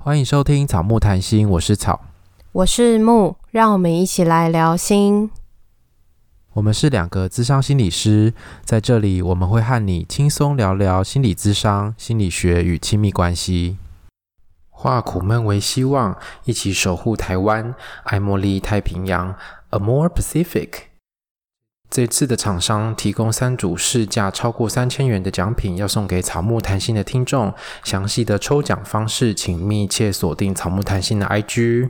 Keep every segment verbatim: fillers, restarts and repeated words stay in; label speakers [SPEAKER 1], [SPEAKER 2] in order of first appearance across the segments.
[SPEAKER 1] 欢迎收听草木谈心，我是草，
[SPEAKER 2] 我是木，让我们一起来聊心。
[SPEAKER 1] 我们是两个諮商心理师，在这里我们会和你轻松聊聊心理諮商、心理学与亲密关系，化苦闷为希望，一起守护台湾，爱茉莉太平洋 Amore Pacific。 这次的厂商提供三组市价超过三千元的奖品要送给草木谈心的听众，详细的抽奖方式请密切锁定草木谈心的 I G。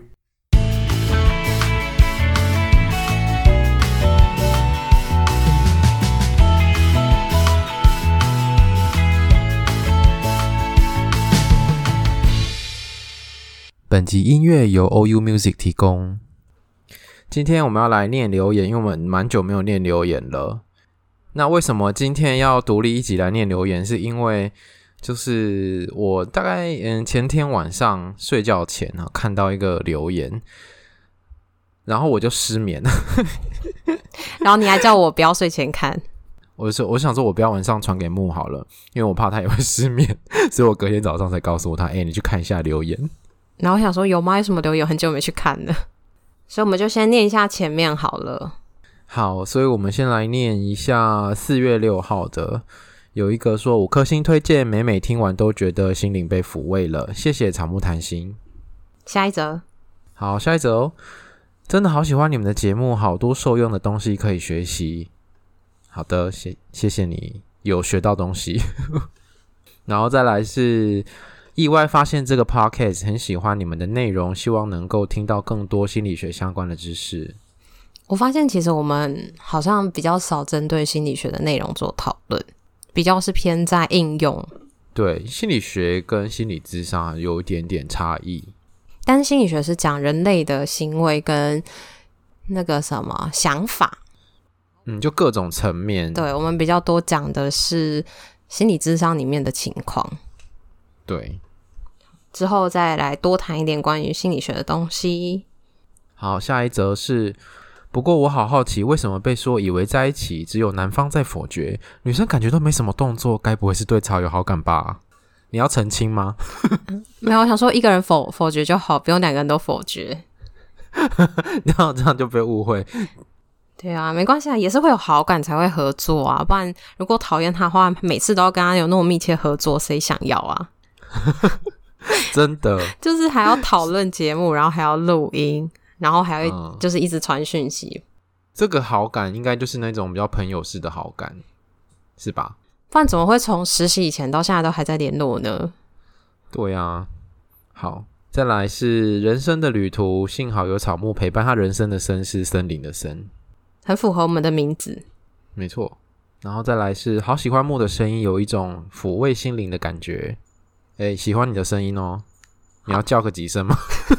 [SPEAKER 1] 本集音乐由 O U Music 提供。今天我们要来念留言，因为我们蛮久没有念留言了。那为什么今天要独立一集来念留言？是因为就是我大概嗯前天晚上睡觉前啊看到一个留言，然后我就失眠了。
[SPEAKER 2] 然后你还叫我不要睡前看。
[SPEAKER 1] 我就我想说我不要晚上传给木好了，因为我怕他也会失眠，所以我隔天早上才告诉他，哎、欸，你去看一下留言。
[SPEAKER 2] 然后我想说有吗？有什么留言？很久没去看了。所以我们就先念一下前面好了。
[SPEAKER 1] 好，所以我们先来念一下四月六号的，有一个说五颗星推荐，每每听完都觉得心灵被抚慰了，谢谢草木谈心。
[SPEAKER 2] 下一则。
[SPEAKER 1] 好，下一则哦。真的好喜欢你们的节目，好多受用的东西可以学习。好的，谢谢谢你有学到东西。然后再来是意外发现这个 podcast， 很喜欢你们的内容，希望能够听到更多心理学相关的知识。
[SPEAKER 2] 我发现其实我们好像比较少针对心理学的内容做讨论，比较是偏在应用。
[SPEAKER 1] 对，心理学跟心理諮商有一点点差异，
[SPEAKER 2] 但是心理学是讲人类的行为跟那个什么想法，
[SPEAKER 1] 嗯，就各种层面。
[SPEAKER 2] 对，我们比较多讲的是心理諮商里面的情况。
[SPEAKER 1] 对，
[SPEAKER 2] 之后再来多谈一点关于心理学的东西。
[SPEAKER 1] 好，下一则是，不过我好好奇，为什么被说以为在一起，只有男方在否决，女生感觉都没什么动作，该不会是对草有好感吧？你要澄清吗？
[SPEAKER 2] 没有，我想说一个人否否决就好，不用两个人都否决。
[SPEAKER 1] 这样这样就被误会。
[SPEAKER 2] 对啊，没关系啊，也是会有好感才会合作啊，不然如果讨厌他的话，每次都要跟他有那种密切合作，谁想要啊？
[SPEAKER 1] 真的
[SPEAKER 2] 就是还要讨论节目，然后还要录音，然后还要就是一直传讯息、嗯、
[SPEAKER 1] 这个好感应该就是那种比较朋友式的好感，是吧？
[SPEAKER 2] 不然怎么会从实习以前到现在都还在联络呢？
[SPEAKER 1] 对啊。好，再来是人生的旅途，幸好有草木陪伴，他人生的生是森林的森，
[SPEAKER 2] 很符合我们的名字。
[SPEAKER 1] 没错。然后再来是好喜欢木的声音，有一种抚慰心灵的感觉。欸，喜欢你的声音哦，你要叫个几声吗？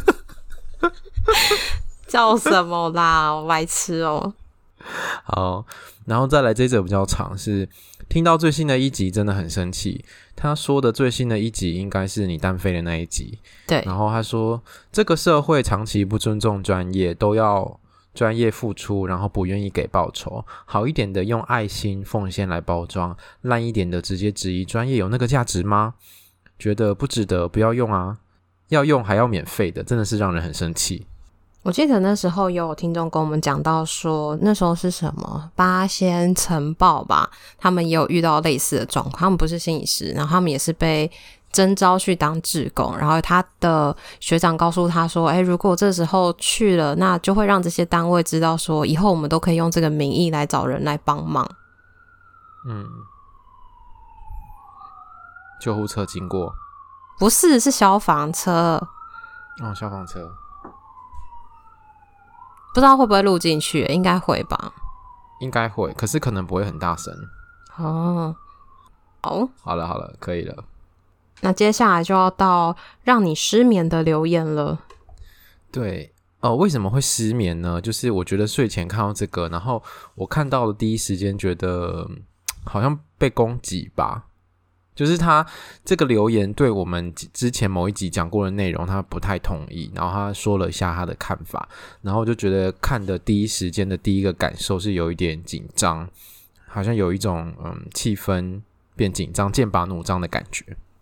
[SPEAKER 2] 叫什么啦，我白痴哦。
[SPEAKER 1] 好，然后再来这则比较长，是听到最新的一集真的很生气。他说的最新的一集应该是你单飞的那一集。
[SPEAKER 2] 对，
[SPEAKER 1] 然后他说这个社会长期不尊重专业，都要专业付出，然后不愿意给报酬，好一点的用爱心奉献来包装，烂一点的直接质疑专业有那个价值吗？觉得不值得，不要用啊，要用还要免费的，真的是让人很生气。
[SPEAKER 2] 我记得那时候有听众跟我们讲到说，那时候是什么八仙城堡吧，他们也有遇到类似的状况，他们不是心理师，然后他们也是被征召去当志工，然后他的学长告诉他说，诶，如果这时候去了，那就会让这些单位知道说，以后我们都可以用这个名义来找人来帮忙。
[SPEAKER 1] 嗯，救护车经过？
[SPEAKER 2] 不是，是消防车。
[SPEAKER 1] 哦，消防车。
[SPEAKER 2] 不知道会不会录进去，应该会吧。
[SPEAKER 1] 应该会，可是可能不会很大声。
[SPEAKER 2] 哦，好，
[SPEAKER 1] 好了好了，可以了。
[SPEAKER 2] 那接下来就要到让你失眠的留言了。
[SPEAKER 1] 对，呃，为什么会失眠呢？就是我觉得睡前看到这个，然后我看到的第一时间觉得好像被攻击吧。就是他这个留言对我们之前某一集讲过的内容他不太同意，然后他说了一下他的看法，然后我就觉得看的第一时间的第一个感受是有一点紧张，好像有一种嗯气氛变紧张、剑拔弩张的感觉。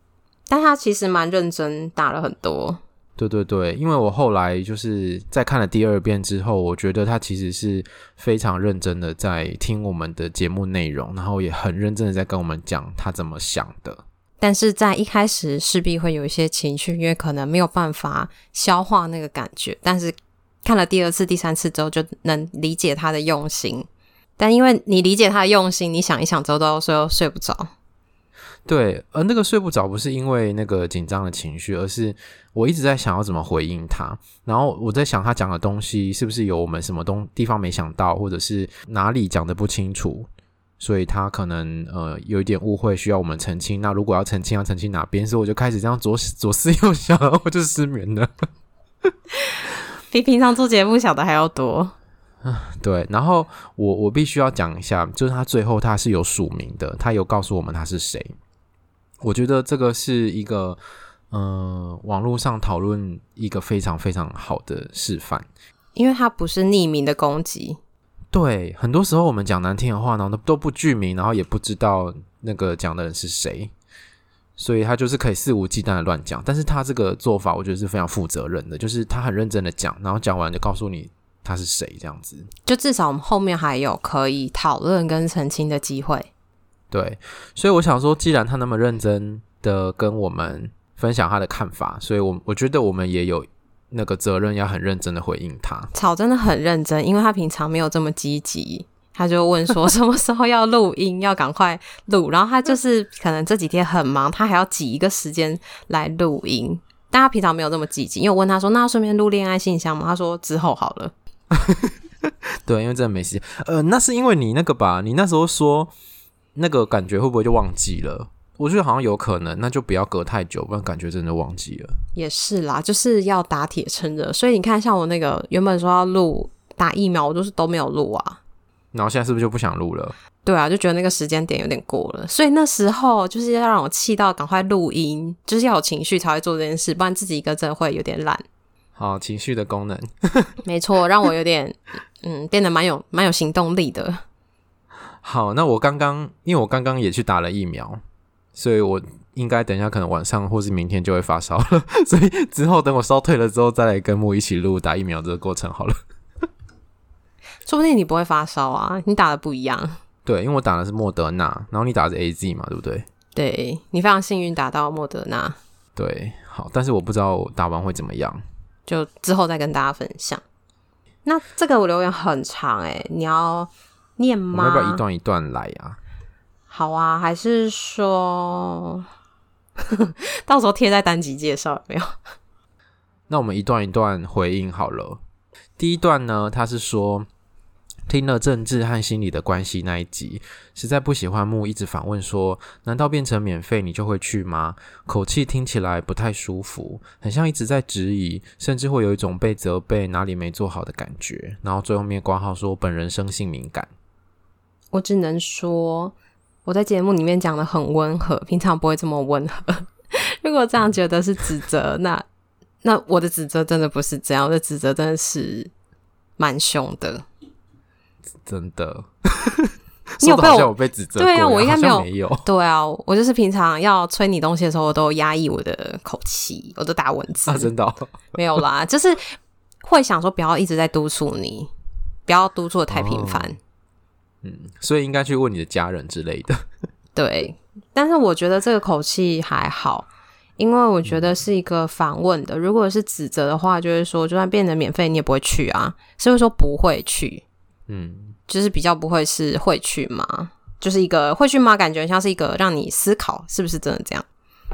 [SPEAKER 2] 但他其实蛮认真打了很多。
[SPEAKER 1] 对对对，因为我后来就是在看了第二遍之后，我觉得他其实是非常认真的在听我们的节目内容，然后也很认真的在跟我们讲他怎么想的。
[SPEAKER 2] 但是在一开始势必会有一些情绪，因为可能没有办法消化那个感觉，但是看了第二次第三次之后就能理解他的用心。但因为你理解他的用心，你想一想之后都睡睡不着。
[SPEAKER 1] 对，而那个睡不着不是因为那个紧张的情绪，而是我一直在想要怎么回应他，然后我在想他讲的东西是不是有我们什么东地方没想到，或者是哪里讲得不清楚，所以他可能呃有一点误会需要我们澄清。那如果要澄清要澄清哪边，所以我就开始这样左左思右想，然后我就失眠了。
[SPEAKER 2] 比平常做节目想的还要多。
[SPEAKER 1] 对，然后我我必须要讲一下，就是他最后他是有署名的，他有告诉我们他是谁。我觉得这个是一个呃网络上讨论一个非常非常好的示范，
[SPEAKER 2] 因为他不是匿名的攻击。
[SPEAKER 1] 对，很多时候我们讲难听的话，然后都不具名，然后也不知道那个讲的人是谁，所以他就是可以肆无忌惮的乱讲。但是他这个做法我觉得是非常负责任的，就是他很认真的讲，然后讲完就告诉你他是谁，这样子
[SPEAKER 2] 就至少我们后面还有可以讨论跟澄清的机会。
[SPEAKER 1] 对，所以我想说既然他那么认真的跟我们分享他的看法，所以我我觉得我们也有那个责任要很认真的回应他。
[SPEAKER 2] 草真的很认真，因为他平常没有这么积极，他就问说什么时候要录音要赶快录，然后他就是可能这几天很忙，他还要挤一个时间来录音，但他平常没有这么积极。因为我问他说那要顺便录恋爱信箱吗？他说之后好了。
[SPEAKER 1] 对，因为真的没时间。呃，那是因为你那个吧，你那时候说那个感觉会不会就忘记了？我觉得好像有可能，那就不要隔太久，不然感觉真的忘记了。
[SPEAKER 2] 也是啦，就是要打铁趁热。所以你看像我那个原本说要录打疫苗，我就是都没有录啊，
[SPEAKER 1] 然后现在是不是就不想录了？
[SPEAKER 2] 对啊，就觉得那个时间点有点过了，所以那时候就是要让我气到赶快录音，就是要有情绪才会做这件事，不然自己一个真的会有点懒。
[SPEAKER 1] 好，情绪的功能
[SPEAKER 2] 没错，让我有点嗯变得蛮有蛮有行动力的。
[SPEAKER 1] 好，那我刚刚因为我刚刚也去打了疫苗，所以我应该等一下可能晚上或是明天就会发烧了，所以之后等我烧退了之后再来跟木一起录打疫苗这个过程好了。
[SPEAKER 2] 说不定你不会发烧啊，你打的不一样。
[SPEAKER 1] 对，因为我打的是莫德纳，然后你打的是 A Z 嘛，对不对？
[SPEAKER 2] 对，你非常幸运打到莫德纳。
[SPEAKER 1] 对，好，但是我不知道我打完会怎么样，
[SPEAKER 2] 就之后再跟大家分享。那这个我留言很长欸，你要念吗？
[SPEAKER 1] 我们要不要一段一段来啊？
[SPEAKER 2] 好啊，还是说到时候贴在单集介绍有没有？
[SPEAKER 1] 那我们一段一段回应好了。第一段呢，他是说听了政治和心理的关系那一集，实在不喜欢木一直反问说难道变成免费你就会去吗？口气听起来不太舒服，很像一直在质疑，甚至会有一种被责备哪里没做好的感觉，然后最后面括号说本人生性敏感。
[SPEAKER 2] 我只能说我在节目里面讲的很温和，平常不会这么温和。如果这样觉得是指责，那那我的指责真的不是这样，我的指责真的是蛮凶的，
[SPEAKER 1] 真的。
[SPEAKER 2] 你有被我
[SPEAKER 1] 说得好像我被指责过，
[SPEAKER 2] 对啊，我应该没有，
[SPEAKER 1] 好像没有。
[SPEAKER 2] 对啊，我就是平常要催你东西的时候，我都压抑我的口气，我都打文字。
[SPEAKER 1] 啊，真的、哦、
[SPEAKER 2] 没有啦，就是会想说不要一直在督促你，不要督促的太频繁。哦
[SPEAKER 1] 嗯，所以应该去问你的家人之类的。
[SPEAKER 2] 对，但是我觉得这个口气还好，因为我觉得是一个反问的。如果是指责的话，就是说就算变得免费你也不会去啊，是会说不会去。嗯，就是比较不会是会去吗？就是一个会去吗感觉像是一个让你思考是不是真的这样。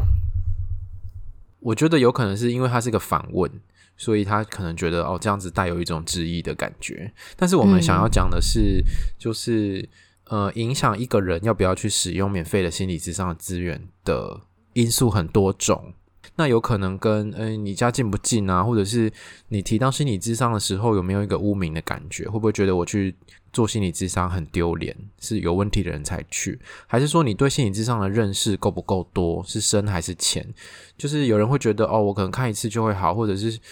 [SPEAKER 1] 我觉得有可能是因为它是个反问，所以他可能觉得哦，这样子带有一种质疑的感觉。但是我们想要讲的是、嗯、就是呃，影响一个人要不要去使用免费的心理咨商的资源的因素很多种。那有可能跟呃你家近不近啊，或者是你提到心理咨商的时候有没有一个污名的感觉，会不会觉得我去做心理咨商很丢脸，是有问题的人才去，还是说你对心理咨商的认识够不够多，是深还是浅？就是有人会觉得哦，我可能看一次就会好，或者是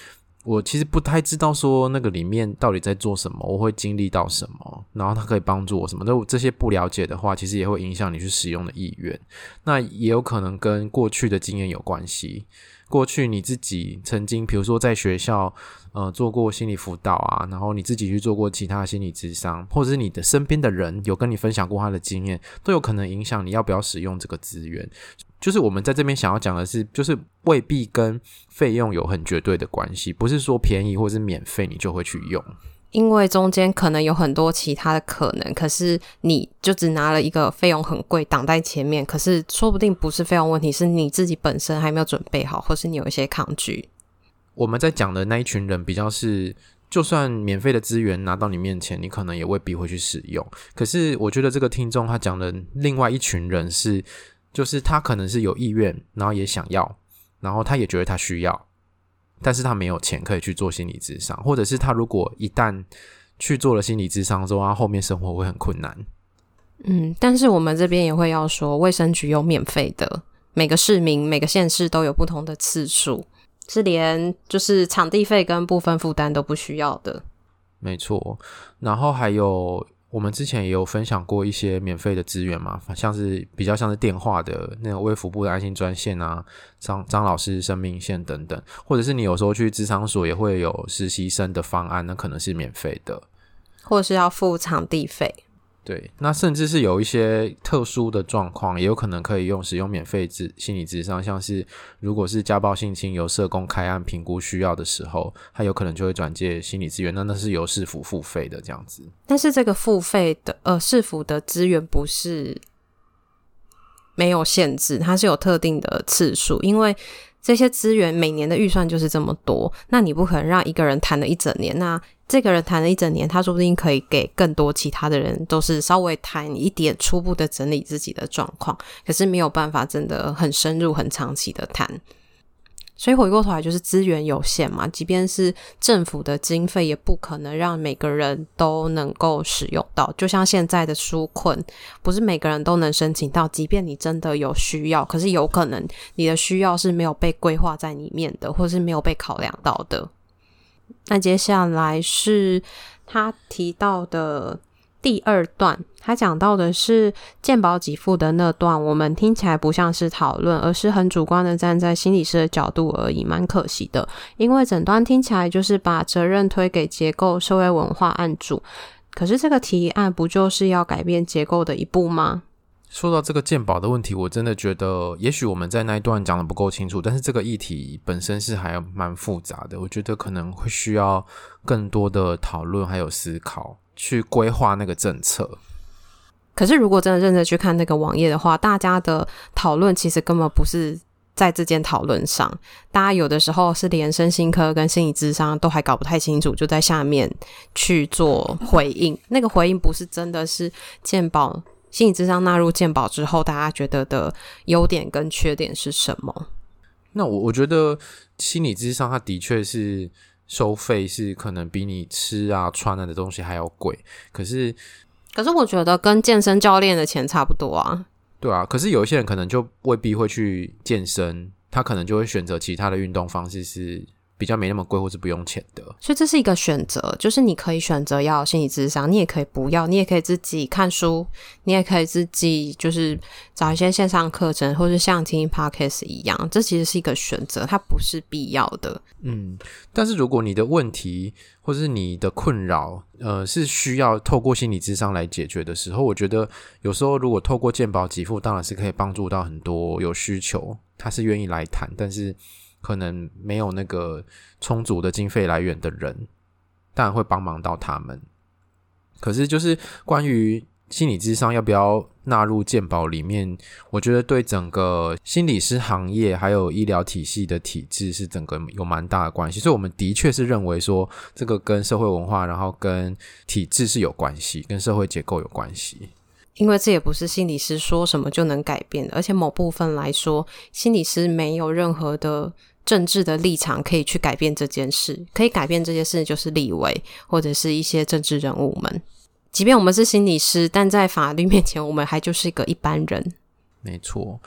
[SPEAKER 1] 我其实不太知道说那个里面到底在做什么，我会经历到什么，然后它可以帮助我什么，那这些不了解的话，其实也会影响你去使用的意愿。那也有可能跟过去的经验有关系，过去你自己曾经比如说在学校呃做过心理辅导啊，然后你自己去做过其他的心理咨商，或者是你的身边的人有跟你分享过他的经验，都有可能影响你要不要使用这个资源。就是我们在这边想要讲的是，就是未必跟费用有很绝对的关系，不是说便宜或是免费你就会去用，
[SPEAKER 2] 因为中间可能有很多其他的可能，可是你就只拿了一个费用很贵挡在前面，可是说不定不是费用问题，是你自己本身还没有准备好，或是你有一些抗拒。
[SPEAKER 1] 我们在讲的那一群人比较是，就算免费的资源拿到你面前，你可能也未必会去使用。可是我觉得这个听众他讲的另外一群人是，就是他可能是有意愿，然后也想要，然后他也觉得他需要，但是他没有钱可以去做心理咨商，或者是他如果一旦去做了心理咨商之后，他后面生活会很困难。
[SPEAKER 2] 嗯，但是我们这边也会要说，卫生局有免费的，每个市民每个县市都有不同的次数，是连就是场地费跟部分负担都不需要的。
[SPEAKER 1] 没错，然后还有我们之前也有分享过一些免费的资源嘛，像是比较像是电话的那种卫福部的安心专线啊，张张老师生命线等等，或者是你有时候去咨商所也会有实习生的方案，那可能是免费的，
[SPEAKER 2] 或是要付场地费。
[SPEAKER 1] 对，那甚至是有一些特殊的状况，也有可能可以用使用免费心理咨商，像是如果是家暴性侵由社工开案评估需要的时候，他有可能就会转介心理资源，那那是由市府付费的这样子。
[SPEAKER 2] 但是这个付费的呃市府的资源不是没有限制，它是有特定的次数，因为这些资源每年的预算就是这么多，那你不可能让一个人谈了一整年，那这个人谈了一整年，他说不定可以给更多其他的人都是稍微谈一点初步的整理自己的状况，可是没有办法真的很深入很长期的谈。所以回过头来就是资源有限嘛，即便是政府的经费也不可能让每个人都能够使用到，就像现在的纾困不是每个人都能申请到，即便你真的有需要，可是有可能你的需要是没有被规划在里面的，或是没有被考量到的。那接下来是他提到的第二段，他讲到的是健保给付的那段，我们听起来不像是讨论，而是很主观的站在心理师的角度而已，蛮可惜的。因为整段听起来就是把责任推给结构、社会文化案主，可是这个提案不就是要改变结构的一步吗？
[SPEAKER 1] 说到这个健保的问题，我真的觉得也许我们在那一段讲的不够清楚，但是这个议题本身是还蛮复杂的，我觉得可能会需要更多的讨论还有思考去规划那个政策。
[SPEAKER 2] 可是如果真的认真去看那个网页的话，大家的讨论其实根本不是在这件讨论上，大家有的时候是连身心科跟心理咨商都还搞不太清楚，就在下面去做回应。那个回应不是真的是健保心理咨商纳入健保之后大家觉得的优点跟缺点是什么。
[SPEAKER 1] 那我我觉得心理咨商它的确是收费是可能比你吃啊穿啊的东西还要贵，可是
[SPEAKER 2] 可是我觉得跟健身教练的钱差不多啊。
[SPEAKER 1] 对啊，可是有一些人可能就未必会去健身，他可能就会选择其他的运动方式是比较没那么贵或是不用钱的，
[SPEAKER 2] 所以这是一个选择，就是你可以选择要心理咨商，你也可以不要，你也可以自己看书，你也可以自己就是找一些线上课程，或是像听 podcast 一样，这其实是一个选择，它不是必要的。
[SPEAKER 1] 嗯，但是如果你的问题或是你的困扰呃，是需要透过心理咨商来解决的时候，我觉得有时候如果透过健保给付当然是可以帮助到很多有需求他是愿意来谈，但是可能没有那个充足的经费来源的人，当然会帮忙到他们。可是就是关于心理咨商要不要纳入健保里面，我觉得对整个心理师行业还有医疗体系的体制是整个有蛮大的关系，所以我们的确是认为说这个跟社会文化然后跟体制是有关系，跟社会结构有关系，
[SPEAKER 2] 因为这也不是心理师说什么就能改变的，而且某部分来说心理师没有任何的政治的立场可以去改变这件事，可以改变这件事就是立委或者是一些政治人物们，即便我们是心理师，但在法律面前我们还就是一个一般人。
[SPEAKER 1] 没错，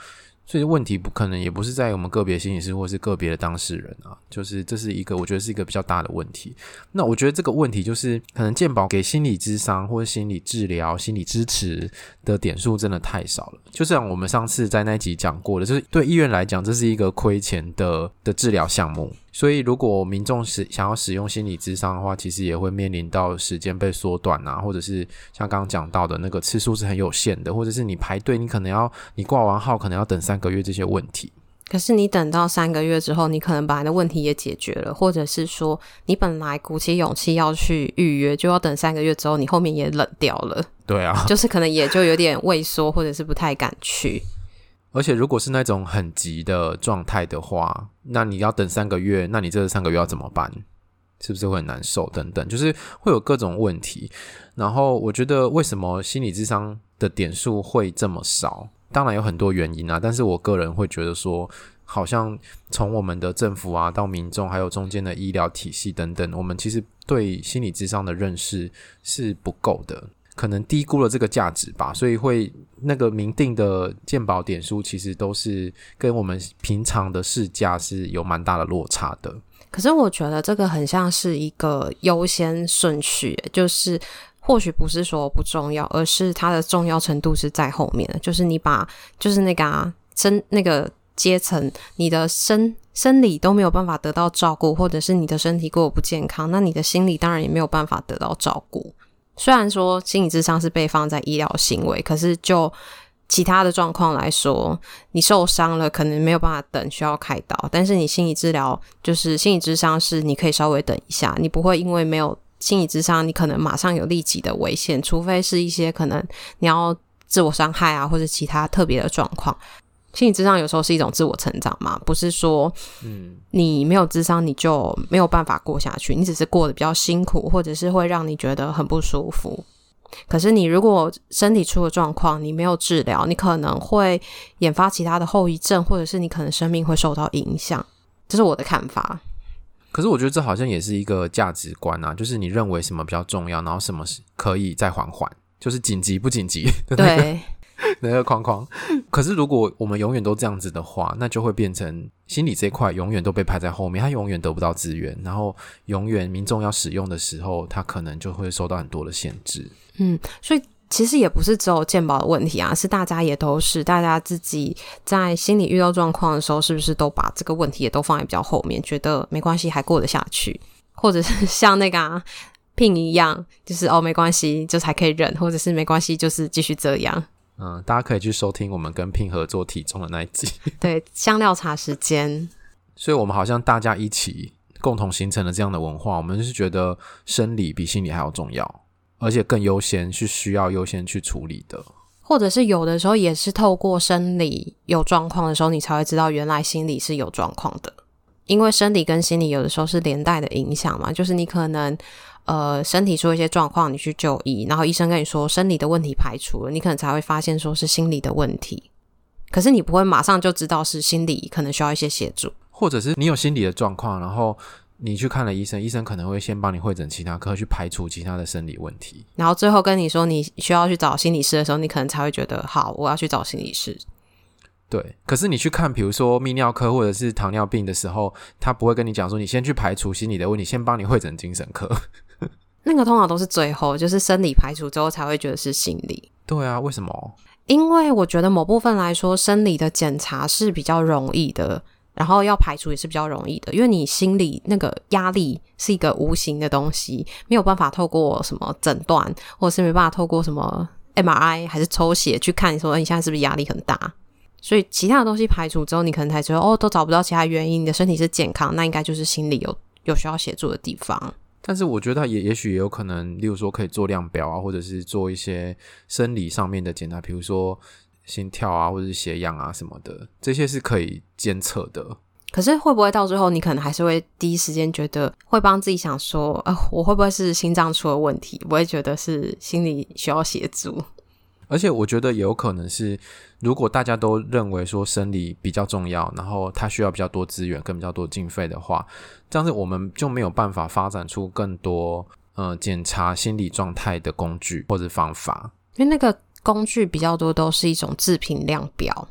[SPEAKER 1] 所以问题不可能也不是在我们个别心理师或是个别的当事人啊，就是这是一个我觉得是一个比较大的问题。那我觉得这个问题就是可能健保给心理咨商或者心理治疗心理支持的点数真的太少了，就像我们上次在那一集讲过的，就是对医院来讲这是一个亏钱的的治疗项目，所以如果民众使想要使用心理咨商的话，其实也会面临到时间被缩短啊，或者是像刚刚讲到的那个次数是很有限的，或者是你排队你可能要你挂完号可能要等三个月这些问题。
[SPEAKER 2] 可是你等到三个月之后，你可能把你的问题也解决了，或者是说你本来鼓起勇气要去预约，就要等三个月之后你后面也冷掉了。
[SPEAKER 1] 对啊，
[SPEAKER 2] 就是可能也就有点畏缩，或者是不太敢去。
[SPEAKER 1] 而且如果是那种很急的状态的话，那你要等三个月，那你这三个月要怎么办？是不是会很难受等等，就是会有各种问题。然后我觉得为什么心理咨商的点数会这么少，当然有很多原因啊，但是我个人会觉得说好像从我们的政府啊到民众还有中间的医疗体系等等，我们其实对心理咨商的认识是不够的，可能低估了这个价值吧，所以会那个明定的健保点数其实都是跟我们平常的市价是有蛮大的落差的。
[SPEAKER 2] 可是我觉得这个很像是一个优先顺序，就是或许不是说不重要，而是它的重要程度是在后面的，就是你把就是那个啊生那个阶层，你的生生理都没有办法得到照顾，或者是你的身体过得不健康，那你的心理当然也没有办法得到照顾。虽然说心理咨商是被放在医疗行为，可是就其他的状况来说，你受伤了可能没有办法等，需要开刀，但是你心理治疗就是心理咨商是你可以稍微等一下，你不会因为没有心理咨商你可能马上有立即的危险，除非是一些可能你要自我伤害啊或者其他特别的状况。心理咨商有时候是一种自我成长嘛，不是说你没有咨商你就没有办法过下去，你只是过得比较辛苦，或者是会让你觉得很不舒服。可是你如果身体出了状况，你没有治疗，你可能会引发其他的后遗症，或者是你可能生命会受到影响，这是我的看法。
[SPEAKER 1] 可是我觉得这好像也是一个价值观啊，就是你认为什么比较重要，然后什么可以再缓缓，就是紧急不紧急的那个
[SPEAKER 2] 对
[SPEAKER 1] 那个框框。可是如果我们永远都这样子的话，那就会变成心理这一块永远都被排在后面，它永远得不到资源，然后永远民众要使用的时候，它可能就会受到很多的限制。
[SPEAKER 2] 嗯，所以其实也不是只有健保的问题啊，是大家也都是，大家自己在心理遇到状况的时候，是不是都把这个问题也都放在比较后面，觉得没关系还过得下去，或者是像那个啊聘一样，就是哦没关系就才可以忍，或者是没关系就是继续这样。
[SPEAKER 1] 嗯，大家可以去收听我们跟聘合作体重的那一集
[SPEAKER 2] 对，香料茶时间。
[SPEAKER 1] 所以我们好像大家一起共同形成了这样的文化，我们是觉得生理比心理还要重要，而且更优先，是需要优先去处理的。
[SPEAKER 2] 或者是有的时候也是透过生理有状况的时候，你才会知道原来心理是有状况的。因为生理跟心理有的时候是连带的影响嘛，就是你可能呃身体出一些状况，你去就医，然后医生跟你说生理的问题排除了，你可能才会发现说是心理的问题。可是你不会马上就知道是心理可能需要一些协助，
[SPEAKER 1] 或者是你有心理的状况，然后你去看了医生，医生可能会先帮你会诊其他科去排除其他的生理问题，
[SPEAKER 2] 然后最后跟你说你需要去找心理师的时候，你可能才会觉得好，我要去找心理师。
[SPEAKER 1] 对，可是你去看比如说泌尿科或者是糖尿病的时候，他不会跟你讲说你先去排除心理的问题，先帮你会诊精神科
[SPEAKER 2] 那个通常都是最后就是生理排除之后才会觉得是心理。
[SPEAKER 1] 对啊，为什么？
[SPEAKER 2] 因为我觉得某部分来说生理的检查是比较容易的，然后要排除也是比较容易的，因为你心理那个压力是一个无形的东西，没有办法透过什么诊断，或者是没办法透过什么 M R I 还是抽血去看你说你现在是不是压力很大，所以其他的东西排除之后，你可能才觉得哦，都找不到其他原因，你的身体是健康，那应该就是心理有有需要协助的地方。
[SPEAKER 1] 但是我觉得也也许也有可能，例如说可以做量表啊，或者是做一些生理上面的检查，比如说心跳啊，或者是血氧啊什么的，这些是可以监测的。
[SPEAKER 2] 可是会不会到最后你可能还是会第一时间觉得会帮自己想说呃，我会不会是心脏出了问题，不会觉得是心理需要协助。
[SPEAKER 1] 而且我觉得也有可能是如果大家都认为说生理比较重要，然后它需要比较多资源跟比较多经费的话，这样子我们就没有办法发展出更多呃检查心理状态的工具或者方法，
[SPEAKER 2] 因为那个工具比较多都是一种自评量表，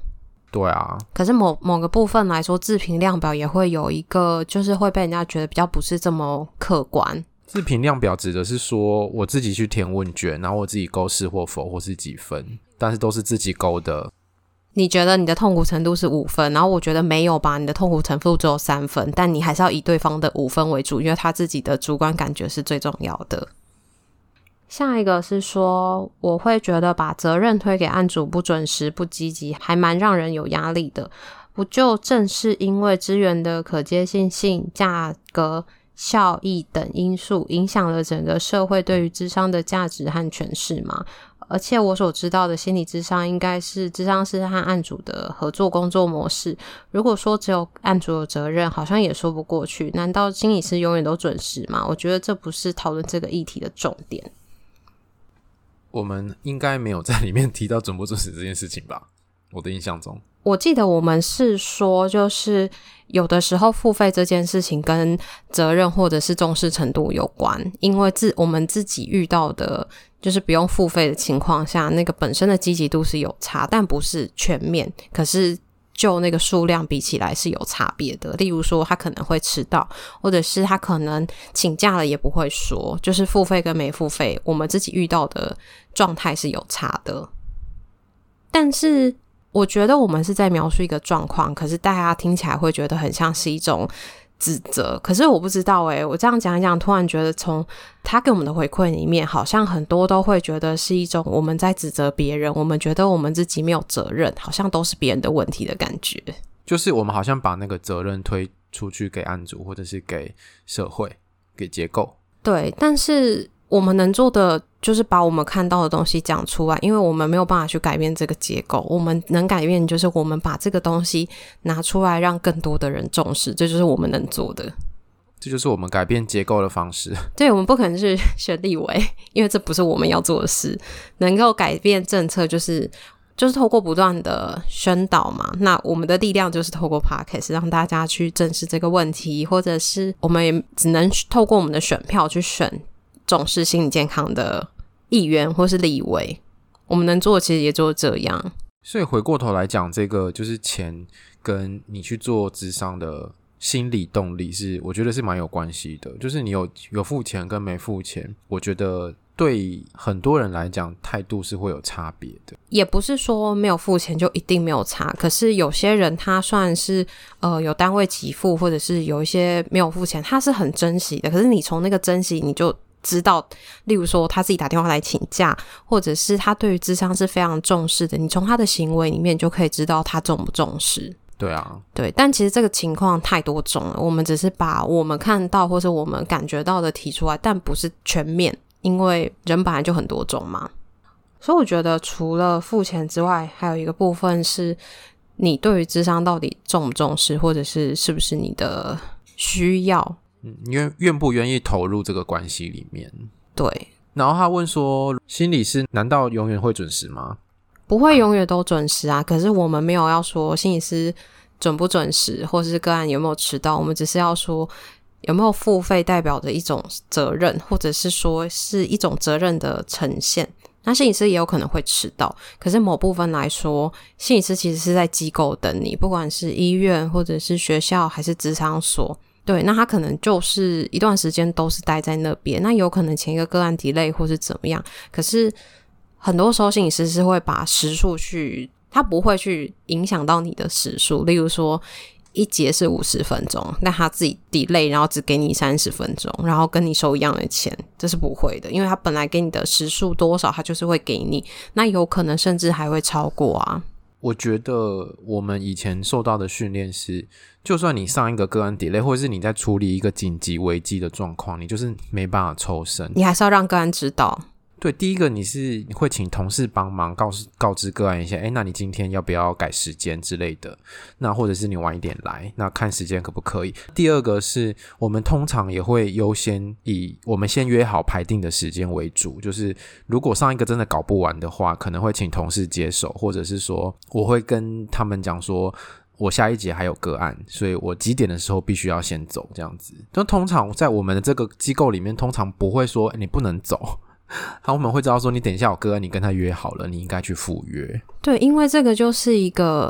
[SPEAKER 1] 对啊，
[SPEAKER 2] 可是某某个部分来说，自评量表也会有一个，就是会被人家觉得比较不是这么客观。
[SPEAKER 1] 自评量表指的是说我自己去填问卷，然后我自己勾是或否或是几分，但是都是自己勾的。
[SPEAKER 2] 你觉得你的痛苦程度是五分，然后我觉得没有吧，你的痛苦程度只有三分，但你还是要以对方的五分为主，因为他自己的主观感觉是最重要的。下一个是说，我会觉得把责任推给案主不准时不积极还蛮让人有压力的，不就正是因为资源的可接近性、价格、效益等因素影响了整个社会对于諮商的价值和诠释吗？而且我所知道的心理諮商应该是諮商师和案主的合作工作模式，如果说只有案主有责任好像也说不过去，难道心理师永远都准时吗？我觉得这不是讨论这个议题的重点。
[SPEAKER 1] 我们应该没有在里面提到准不准时这件事情吧，我的印象中
[SPEAKER 2] 我记得我们是说，就是有的时候付费这件事情跟责任或者是重视程度有关，因为自我们自己遇到的就是不用付费的情况下，那个本身的积极度是有差，但不是全面，可是就那个数量比起来是有差别的。例如说他可能会迟到，或者是他可能请假了也不会说，就是付费跟没付费我们自己遇到的状态是有差的。但是我觉得我们是在描述一个状况，可是大家听起来会觉得很像是一种指责，可是我不知道欸，我这样讲一讲突然觉得从他给我们的回馈里面好像很多都会觉得是一种我们在指责别人，我们觉得我们自己没有责任，好像都是别人的问题的感觉，
[SPEAKER 1] 就是我们好像把那个责任推出去给案主或者是给社会给结构。
[SPEAKER 2] 对，但是我们能做的就是把我们看到的东西讲出来，因为我们没有办法去改变这个结构，我们能改变就是我们把这个东西拿出来让更多的人重视，这就是我们能做的，
[SPEAKER 1] 这就是我们改变结构的方式。
[SPEAKER 2] 对，我们不可能是选立委，因为这不是我们要做的事。能够改变政策就是就是透过不断的宣导嘛，那我们的力量就是透过 Podcast 让大家去正视这个问题，或者是我们也只能透过我们的选票去选重视心理健康的议员或是立委，我们能做的其实也就这样。
[SPEAKER 1] 所以回过头来讲，这个就是钱跟你去做諮商的心理动力是我觉得是蛮有关系的，就是你有有付钱跟没付钱，我觉得对很多人来讲态度是会有差别的。
[SPEAKER 2] 也不是说没有付钱就一定没有差，可是有些人他算是呃有单位给付，或者是有一些没有付钱他是很珍惜的，可是你从那个珍惜你就知道，例如说他自己打电话来请假，或者是他对于諮商是非常重视的，你从他的行为里面就可以知道他重不重视。
[SPEAKER 1] 对啊，
[SPEAKER 2] 对，但其实这个情况太多种了，我们只是把我们看到或是我们感觉到的提出来，但不是全面，因为人本来就很多种嘛。所以我觉得除了付钱之外，还有一个部分是你对于諮商到底重不重视，或者是是不是你的需要，
[SPEAKER 1] 嗯，愿愿不愿意投入这个关系里面。
[SPEAKER 2] 对。
[SPEAKER 1] 然后他问说，心理师难道永远会准时吗？
[SPEAKER 2] 不会永远都准时啊，可是我们没有要说心理师准不准时，或是个案有没有迟到，我们只是要说有没有付费代表的一种责任，或者是说是一种责任的呈现。那心理师也有可能会迟到，可是某部分来说，心理师其实是在机构等你，不管是医院或者是学校还是諮商所，对，那他可能就是一段时间都是待在那边，那有可能前一个个案 delay 或是怎么样，可是很多时候心理师是会把时数去，他不会去影响到你的时数，例如说一节是五十分钟，但他自己 delay 然后只给你三十分钟，然后跟你收一样的钱，这是不会的，因为他本来给你的时数多少他就是会给你，那有可能甚至还会超过啊。
[SPEAKER 1] 我觉得我们以前受到的训练是，就算你上一个个案 delay， 或者是你在处理一个紧急危机的状况，你就是没办法抽身，
[SPEAKER 2] 你还是要让个案知道。
[SPEAKER 1] 对，第一个你是你会请同事帮忙告诉告知个案一下，诶，那你今天要不要改时间之类的，那或者是你晚一点来，那看时间可不可以。第二个是我们通常也会优先以我们先约好排定的时间为主，就是如果上一个真的搞不完的话，可能会请同事接手，或者是说我会跟他们讲说我下一节还有个案，所以我几点的时候必须要先走这样子。但通常在我们的这个机构里面，通常不会说你不能走，他们会知道说你等一下有个案你跟他约好了，你应该去赴约。
[SPEAKER 2] 对，因为这个就是一个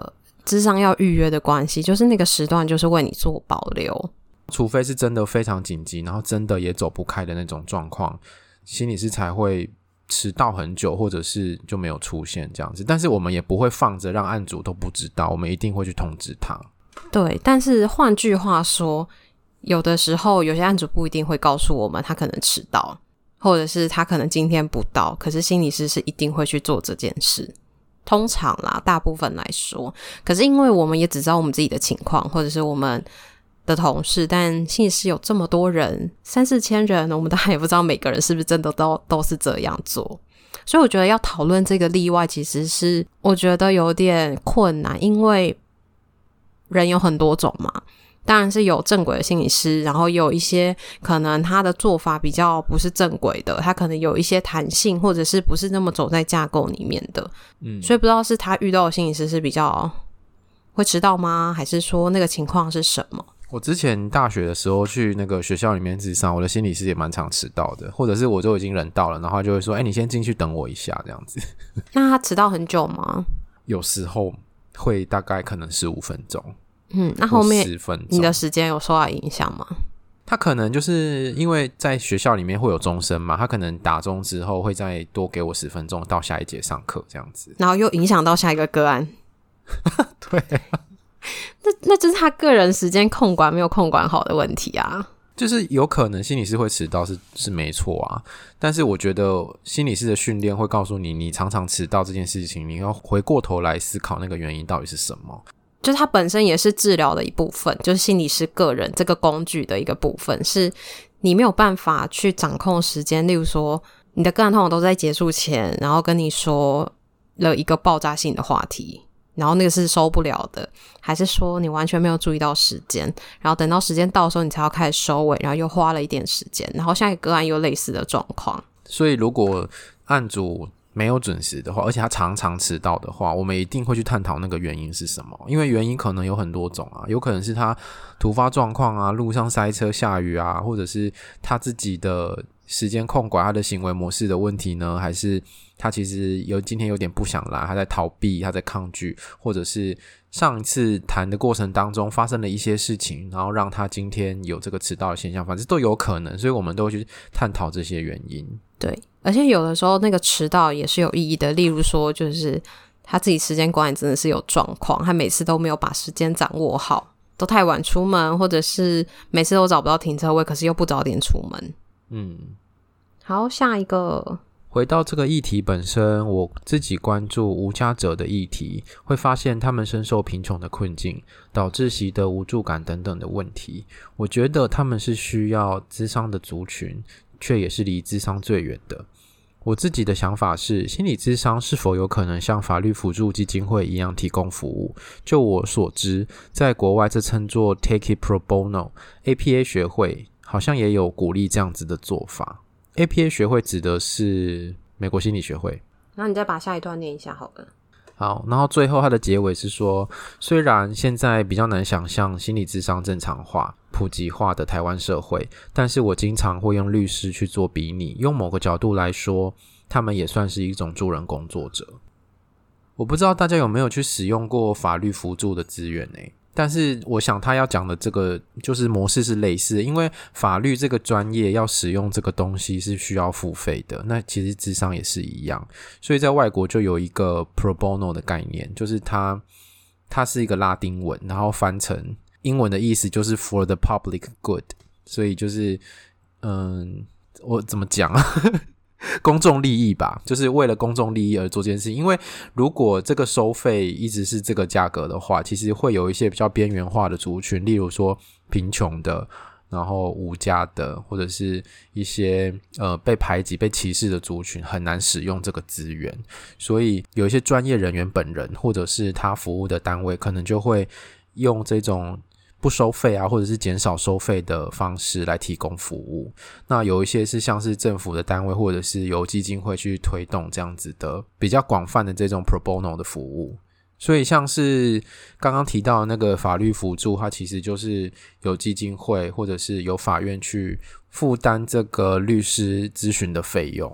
[SPEAKER 2] 諮商要预约的关系，就是那个时段就是为你做保留，
[SPEAKER 1] 除非是真的非常紧急，然后真的也走不开的那种状况，心理师才会迟到很久，或者是就没有出现这样子。但是我们也不会放着让案主都不知道，我们一定会去通知他。
[SPEAKER 2] 对，但是换句话说，有的时候有些案主不一定会告诉我们他可能迟到，或者是他可能今天不到，可是心理师是一定会去做这件事，通常啦，大部分来说。可是因为我们也只知道我们自己的情况，或者是我们的同事，但心理师有这么多人，三四千人，我们当然也不知道每个人是不是真的都都是这样做。所以我觉得要讨论这个例外，其实是我觉得有点困难，因为人有很多种嘛。当然是有正轨的心理师，然后有一些可能他的做法比较不是正轨的，他可能有一些弹性，或者是不是那么走在架构里面的。嗯，所以不知道是他遇到的心理师是比较会迟到吗？还是说那个情况是什么？
[SPEAKER 1] 我之前大学的时候去那个学校里面咨商，我的心理师也蛮常迟到的，或者是我就已经人到了，然后他就会说：“哎、欸，你先进去等我一下。”这样子。
[SPEAKER 2] 那他迟到很久吗？
[SPEAKER 1] 有时候会大概可能十五分钟。
[SPEAKER 2] 嗯，那后面你的时间有受到影响吗？
[SPEAKER 1] 他可能就是因为在学校里面会有钟声嘛，他可能打钟之后会再多给我十分钟到下一节上课这样子，
[SPEAKER 2] 然后又影响到下一个个案。
[SPEAKER 1] 对、啊。
[SPEAKER 2] 那那就是他个人时间控管没有控管好的问题啊。
[SPEAKER 1] 就是有可能心理师会迟到是是没错啊，但是我觉得心理师的训练会告诉你，你常常迟到这件事情，你要回过头来思考那个原因到底是什么。
[SPEAKER 2] 就是它本身也是治疗的一部分，就是心理师个人这个工具的一个部分，是你没有办法去掌控时间。例如说你的个案通常都在结束前，然后跟你说了一个爆炸性的话题，然后那个是收不了的，还是说你完全没有注意到时间，然后等到时间到的时候你才要开始收尾，然后又花了一点时间，然后下一个个案又类似的状况。
[SPEAKER 1] 所以如果案主没有准时的话，而且他常常迟到的话，我们一定会去探讨那个原因是什么。因为原因可能有很多种啊，有可能是他突发状况啊，路上塞车下雨啊，或者是他自己的时间控管，他的行为模式的问题呢，还是他其实有今天有点不想来，他在逃避，他在抗拒，或者是上一次谈的过程当中发生了一些事情，然后让他今天有这个迟到的现象，反正都有可能，所以我们都会去探讨这些原因。
[SPEAKER 2] 对，而且有的时候那个迟到也是有意义的，例如说就是他自己时间管理真的是有状况，他每次都没有把时间掌握好，都太晚出门，或者是每次都找不到停车位，可是又不早点出门。嗯，好，下一个。
[SPEAKER 1] 回到这个议题本身，我自己关注无家者的议题，会发现他们深受贫穷的困境，导致习得无助感等等的问题。我觉得他们是需要諮商的族群，却也是离諮商最远的。我自己的想法是，心理諮商是否有可能像法律辅助基金会一样提供服务？就我所知，在国外这称作 Take it pro bono， A P A 学会好像也有鼓励这样子的做法。A P A 学会指的是美国心理学会。
[SPEAKER 2] 那你再把下一段念一下好了。
[SPEAKER 1] 好，然后最后它的结尾是说，虽然现在比较难想象心理諮商正常化、普及化的台湾社会，但是我经常会用律师去做比拟，用某个角度来说，他们也算是一种助人工作者。我不知道大家有没有去使用过法律辅助的资源呢？但是我想他要讲的这个就是模式是类似的，因为法律这个专业要使用这个东西是需要付费的，那其实諮商也是一样，所以在外国就有一个 pro bono 的概念，就是它它是一个拉丁文，然后翻成英文的意思就是 for the public good， 所以就是嗯，我怎么讲啊公众利益吧，就是为了公众利益而做这件事。因为如果这个收费一直是这个价格的话，其实会有一些比较边缘化的族群，例如说贫穷的，然后无家的，或者是一些呃被排挤被歧视的族群很难使用这个资源，所以有一些专业人员本人或者是他服务的单位可能就会用这种不收费啊，或者是减少收费的方式来提供服务。那有一些是像是政府的单位或者是由基金会去推动这样子的比较广泛的这种 pro bono 的服务。所以像是刚刚提到的那个法律辅助，它其实就是由基金会或者是由法院去负担这个律师咨询的费用。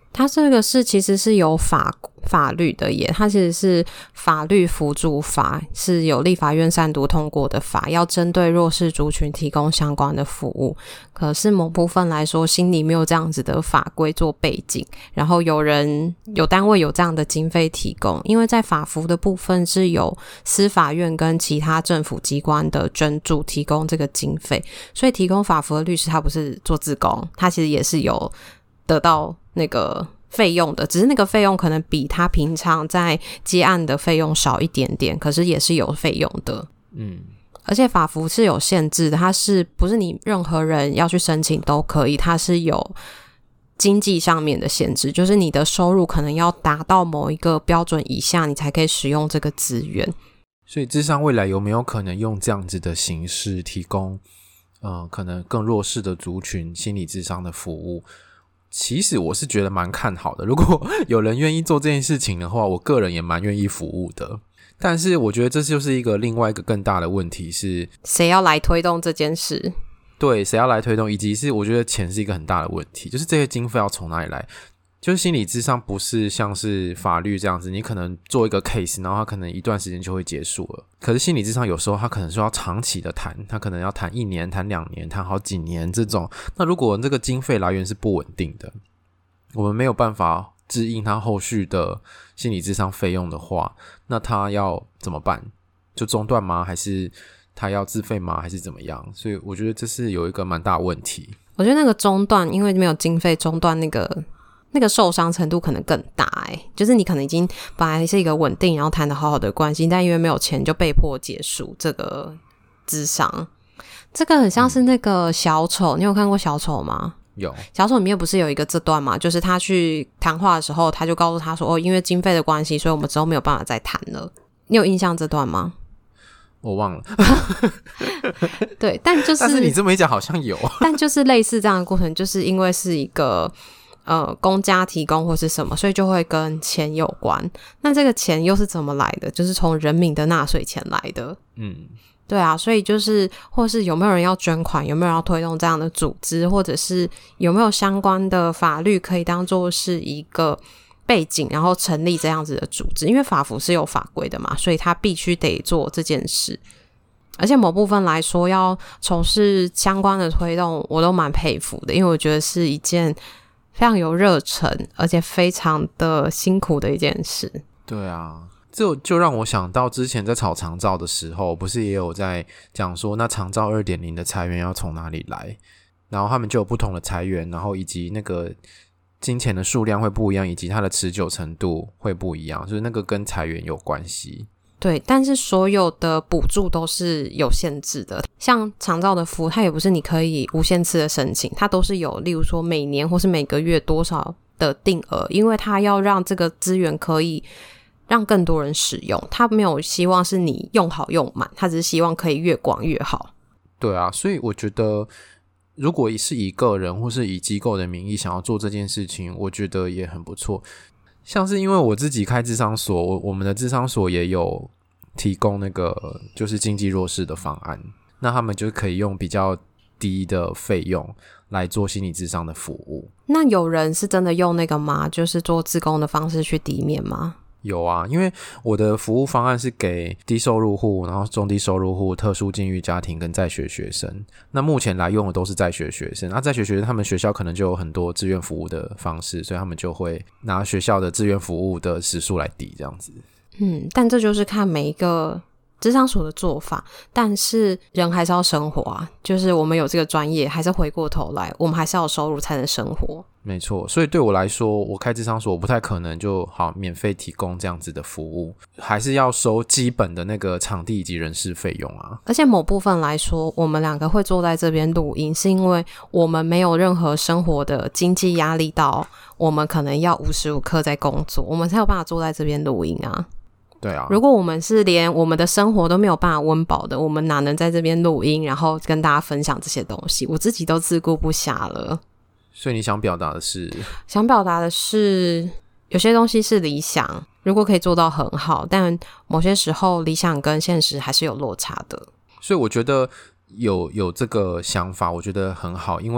[SPEAKER 2] 它这个是其实是有法法律的耶，它其实是法律辅助法，是有立法院三读通过的法，要针对弱势族群提供相关的服务。可是某部分来说，心里没有这样子的法规做背景，然后有人有单位有这样的经费提供，因为在法服的部分是有司法院跟其他政府机关的捐助提供这个经费，所以提供法服的律师他不是做志工，他其实也是有得到那个费用的，只是那个费用可能比他平常在接案的费用少一点点，可是也是有费用的。嗯，而且法服是有限制的，它是不是你任何人要去申请都可以，它是有经济上面的限制，就是你的收入可能要达到某一个标准以下，你才可以使用这个资源。
[SPEAKER 1] 所以諮商未来有没有可能用这样子的形式提供呃，可能更弱势的族群心理諮商的服务？其实我是觉得蛮看好的，如果有人愿意做这件事情的话，我个人也蛮愿意服务的。但是我觉得这就是一个另外一个更大的问题，是
[SPEAKER 2] 谁要来推动这件事？
[SPEAKER 1] 对，谁要来推动，以及是我觉得钱是一个很大的问题，就是这些经费要从哪里来。就是心理諮商不是像是法律这样子，你可能做一个 case 然后它可能一段时间就会结束了，可是心理諮商有时候它可能是要长期的谈，它可能要谈一年谈两年谈好几年这种。那如果这个经费来源是不稳定的，我们没有办法支应它后续的心理諮商费用的话，那它要怎么办？就中断吗？还是它要自费吗？还是怎么样？所以我觉得这是有一个蛮大的问题。
[SPEAKER 2] 我觉得那个中断，因为没有经费中断，那个那个受伤程度可能更大欸，就是你可能已经本来是一个稳定然后谈得好好的关系，但因为没有钱就被迫结束这个諮商。这个很像是那个小丑，你有看过小丑吗？
[SPEAKER 1] 有。
[SPEAKER 2] 小丑里面不是有一个这段嘛，就是他去谈话的时候他就告诉他说，哦，因为经费的关系所以我们之后没有办法再谈了。你有印象这段吗？
[SPEAKER 1] 我忘了。
[SPEAKER 2] 对，但就是
[SPEAKER 1] 但是你这么一讲好像有。
[SPEAKER 2] 但就是类似这样的过程，就是因为是一个呃，公家提供或是什么，所以就会跟钱有关。那这个钱又是怎么来的？就是从人民的纳税钱来的。嗯，对啊，所以就是或是有没有人要捐款，有没有人要推动这样的组织，或者是有没有相关的法律可以当作是一个背景，然后成立这样子的组织。因为法服是有法规的嘛，所以他必须得做这件事。而且某部分来说，要从事相关的推动，我都蛮佩服的，因为我觉得是一件非常有热忱而且非常的辛苦的一件事。
[SPEAKER 1] 对啊，这就让我想到之前在炒长照的时候，不是也有在讲说那长照 二点零 的裁员要从哪里来，然后他们就有不同的裁员，然后以及那个金钱的数量会不一样，以及它的持久程度会不一样，就是那个跟裁员有关系。
[SPEAKER 2] 对，但是所有的补助都是有限制的，像长照的服务它也不是你可以无限次的申请，它都是有例如说每年或是每个月多少的定额，因为它要让这个资源可以让更多人使用，它没有希望是你用好用满，它只是希望可以越广越好。
[SPEAKER 1] 对啊，所以我觉得如果是以个人或是以机构的名义想要做这件事情，我觉得也很不错。像是因为我自己开諮商所，我我们的諮商所也有提供那个就是经济弱势的方案，那他们就可以用比较低的费用来做心理諮商的服务。
[SPEAKER 2] 那有人是真的用那个吗？就是做志工的方式去抵免吗？
[SPEAKER 1] 有啊，因为我的服务方案是给低收入户，然后中低收入户、特殊境遇家庭跟在学学生。那目前来用的都是在学学生，那在学学生他们学校可能就有很多志愿服务的方式，所以他们就会拿学校的志愿服务的时数来抵这样子。
[SPEAKER 2] 嗯，但这就是看每一个諮商所的做法，但是人还是要生活啊，就是我们有这个专业，还是回过头来我们还是要有收入才能生活。
[SPEAKER 1] 没错，所以对我来说，我开諮商所我不太可能就好免费提供这样子的服务，还是要收基本的那个场地以及人事费用啊。
[SPEAKER 2] 而且某部分来说，我们两个会坐在这边录音，是因为我们没有任何生活的经济压力到我们可能要无时无刻在工作，我们才有办法坐在这边录音啊。
[SPEAKER 1] 对啊，
[SPEAKER 2] 如果我们是连我们的生活都没有办法温饱的，我们哪能在这边录音然后跟大家分享这些东西？我自己都自顾不暇了。
[SPEAKER 1] 所以你想表达的是？
[SPEAKER 2] 想表达的是有些东西是理想，如果可以做到很好，但某些时候理想跟现实还是有落差的。
[SPEAKER 1] 所以我觉得有有这个想法我觉得很好，因为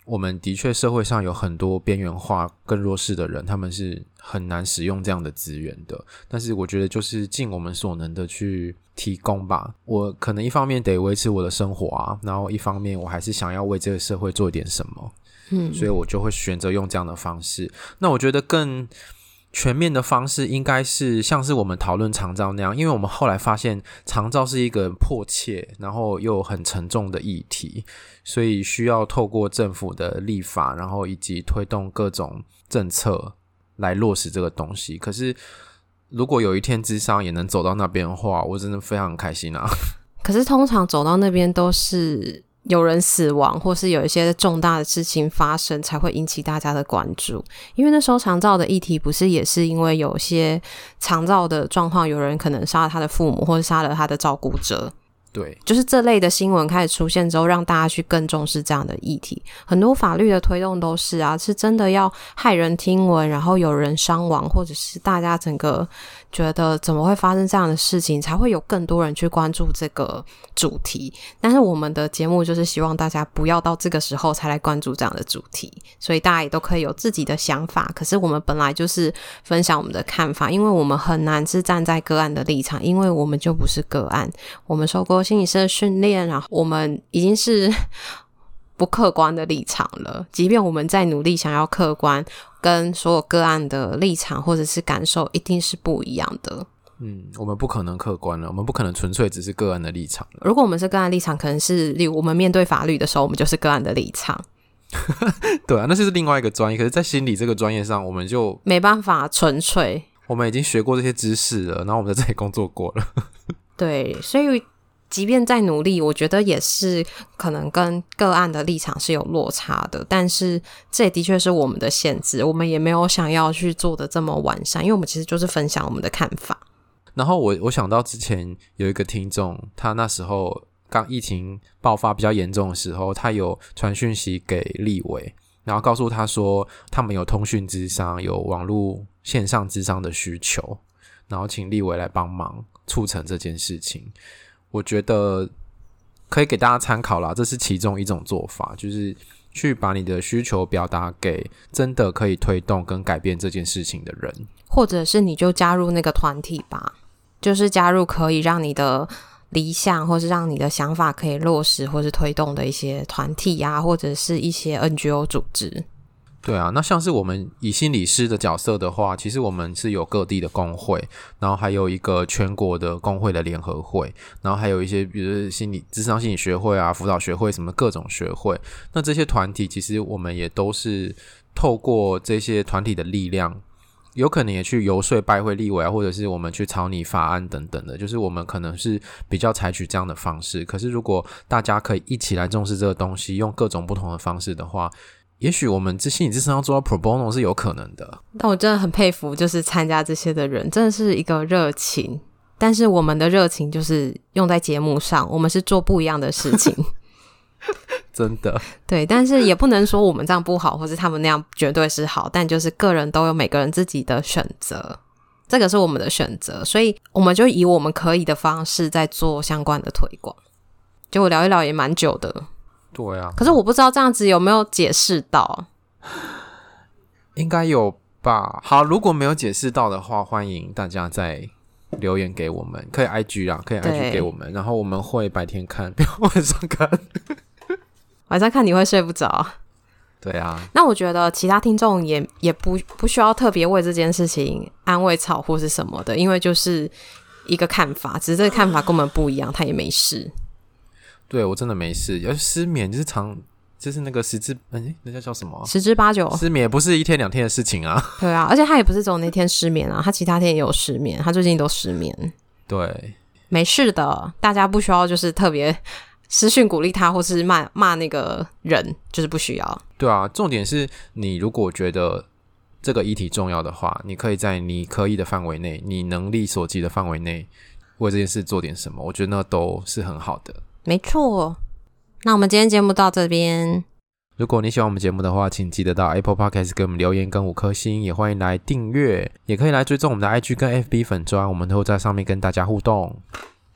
[SPEAKER 1] 我们的确社会上有很多边缘化更弱势的人，他们是很难使用这样的资源的，但是我觉得就是尽我们所能的去提供吧。我可能一方面得维持我的生活啊，然后一方面我还是想要为这个社会做一点什么，嗯，所以我就会选择用这样的方式。那我觉得更全面的方式应该是像是我们讨论长照那样，因为我们后来发现长照是一个迫切然后又很沉重的议题，所以需要透过政府的立法，然后以及推动各种政策来落实这个东西。可是如果有一天諮商也能走到那边的话，我真的非常开心啊。
[SPEAKER 2] 可是通常走到那边都是有人死亡或是有一些重大的事情发生才会引起大家的关注，因为那时候长照的议题不是也是因为有些长照的状况，有人可能杀了他的父母或者杀了他的照顾者，
[SPEAKER 1] 对，
[SPEAKER 2] 就是这类的新闻开始出现之后，让大家去更重视这样的议题。很多法律的推动都是啊，是真的要骇人听闻，然后有人伤亡，或者是大家整个觉得怎么会发生这样的事情，才会有更多人去关注这个主题。但是我们的节目就是希望大家不要到这个时候才来关注这样的主题，所以大家也都可以有自己的想法。可是我们本来就是分享我们的看法，因为我们很难是站在个案的立场，因为我们就不是个案，我们受过心理师的训练，然后我们已经是不客观的立场了。即便我们在努力想要客观，跟所有个案的立场或者是感受一定是不一样的。
[SPEAKER 1] 嗯，我们不可能客观了，我们不可能纯粹只是个案的立场了。
[SPEAKER 2] 如果我们是个案立场，可能是例如我们面对法律的时候，我们就是个案的立场。
[SPEAKER 1] 对啊，那就是另外一个专业。可是在心理这个专业上，我们就
[SPEAKER 2] 没办法纯粹，
[SPEAKER 1] 我们已经学过这些知识了，然后我们在这里工作过了。
[SPEAKER 2] 对，所以即便再努力，我觉得也是可能跟个案的立场是有落差的，但是这也的确是我们的限制，我们也没有想要去做的这么完善，因为我们其实就是分享我们的看法。
[SPEAKER 1] 然后我我想到之前有一个听众，他那时候刚疫情爆发比较严重的时候，他有传讯息给立委，然后告诉他说他们有通讯諮商，有网络线上諮商的需求，然后请立委来帮忙促成这件事情。我觉得可以给大家参考啦，这是其中一种做法，就是去把你的需求表达给真的可以推动跟改变这件事情的人，
[SPEAKER 2] 或者是你就加入那个团体吧，就是加入可以让你的理想或是让你的想法可以落实或是推动的一些团体啊，或者是一些 N G O 组织。
[SPEAKER 1] 对啊，那像是我们以心理师的角色的话，其实我们是有各地的工会，然后还有一个全国的工会的联合会，然后还有一些比如说心理諮商心理学会啊、辅导学会什么各种学会。那这些团体其实我们也都是透过这些团体的力量，有可能也去游说拜会立委啊，或者是我们去草拟法案等等的，就是我们可能是比较采取这样的方式。可是如果大家可以一起来重视这个东西，用各种不同的方式的话，也许我们心理諮商要做到 pro bono 是有可能的。
[SPEAKER 2] 但我真的很佩服就是参加这些的人，真的是一个热情，但是我们的热情就是用在节目上，我们是做不一样的事情。
[SPEAKER 1] 真的，
[SPEAKER 2] 对，但是也不能说我们这样不好，或是他们那样绝对是好，但就是个人都有每个人自己的选择，这个是我们的选择，所以我们就以我们可以的方式在做相关的推广。结果聊一聊也蛮久的。
[SPEAKER 1] 对啊，
[SPEAKER 2] 可是我不知道这样子有没有解释到。
[SPEAKER 1] 应该有吧。好，如果没有解释到的话，欢迎大家再留言给我们，可以 I G 啦，可以 I G 给我们，然后我们会白天看，不要晚上看。
[SPEAKER 2] 晚上看你会睡不着。
[SPEAKER 1] 对啊，
[SPEAKER 2] 那我觉得其他听众也也不不需要特别为这件事情安慰草或是什么的，因为就是一个看法，只是这个看法跟我们不一样，他也没事。
[SPEAKER 1] 对，我真的没事，要是失眠就是常就是那个十之哎，那叫叫什么、啊？
[SPEAKER 2] 十之八九
[SPEAKER 1] 失眠也不是一天两天的事情啊。
[SPEAKER 2] 对啊，而且他也不是只有那天失眠啊，他其他天也有失眠，他最近都失眠。
[SPEAKER 1] 对，
[SPEAKER 2] 没事的，大家不需要就是特别私讯鼓励他，或是骂骂那个人，就是不需要。
[SPEAKER 1] 对啊，重点是你如果觉得这个议题重要的话，你可以在你可以的范围内，你能力所及的范围内，为这件事做点什么，我觉得那都是很好的。
[SPEAKER 2] 没错，那我们今天节目到这边。
[SPEAKER 1] 如果你喜欢我们节目的话，请记得到 Apple Podcast 给我们留言跟五颗星，也欢迎来订阅，也可以来追踪我们的 I G 跟 F B 粉专，我们都会在上面跟大家互动。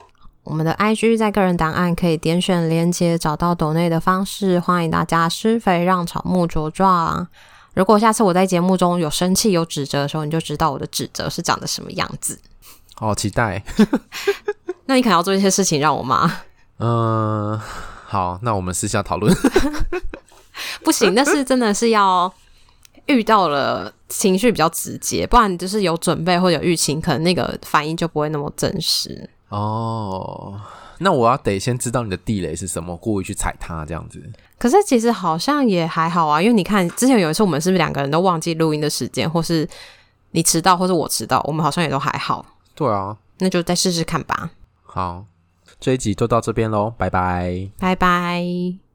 [SPEAKER 2] 我们的 I G 在个人档案可以点选连结找到抖内的方式，欢迎大家施肥让草木茁壮。如果下次我在节目中有生气有指责的时候，你就知道我的指责是长得什么样子。
[SPEAKER 1] 好期待。
[SPEAKER 2] 那你可能要做一些事情让我骂。
[SPEAKER 1] 嗯、呃，好，那我们私下讨论。
[SPEAKER 2] 不行，但是真的是要遇到了情绪比较直接，不然你就是有准备或者有预期，可能那个反应就不会那么真实。
[SPEAKER 1] 哦，那我要得先知道你的地雷是什么，故意去踩它这样子。
[SPEAKER 2] 可是其实好像也还好啊，因为你看之前有一次我们是不是两个人都忘记录音的时间，或是你迟到或是我迟到，我们好像也都还好。
[SPEAKER 1] 对啊，
[SPEAKER 2] 那就再试试看吧。
[SPEAKER 1] 好，这一集就到这边咯，拜拜。
[SPEAKER 2] 拜拜。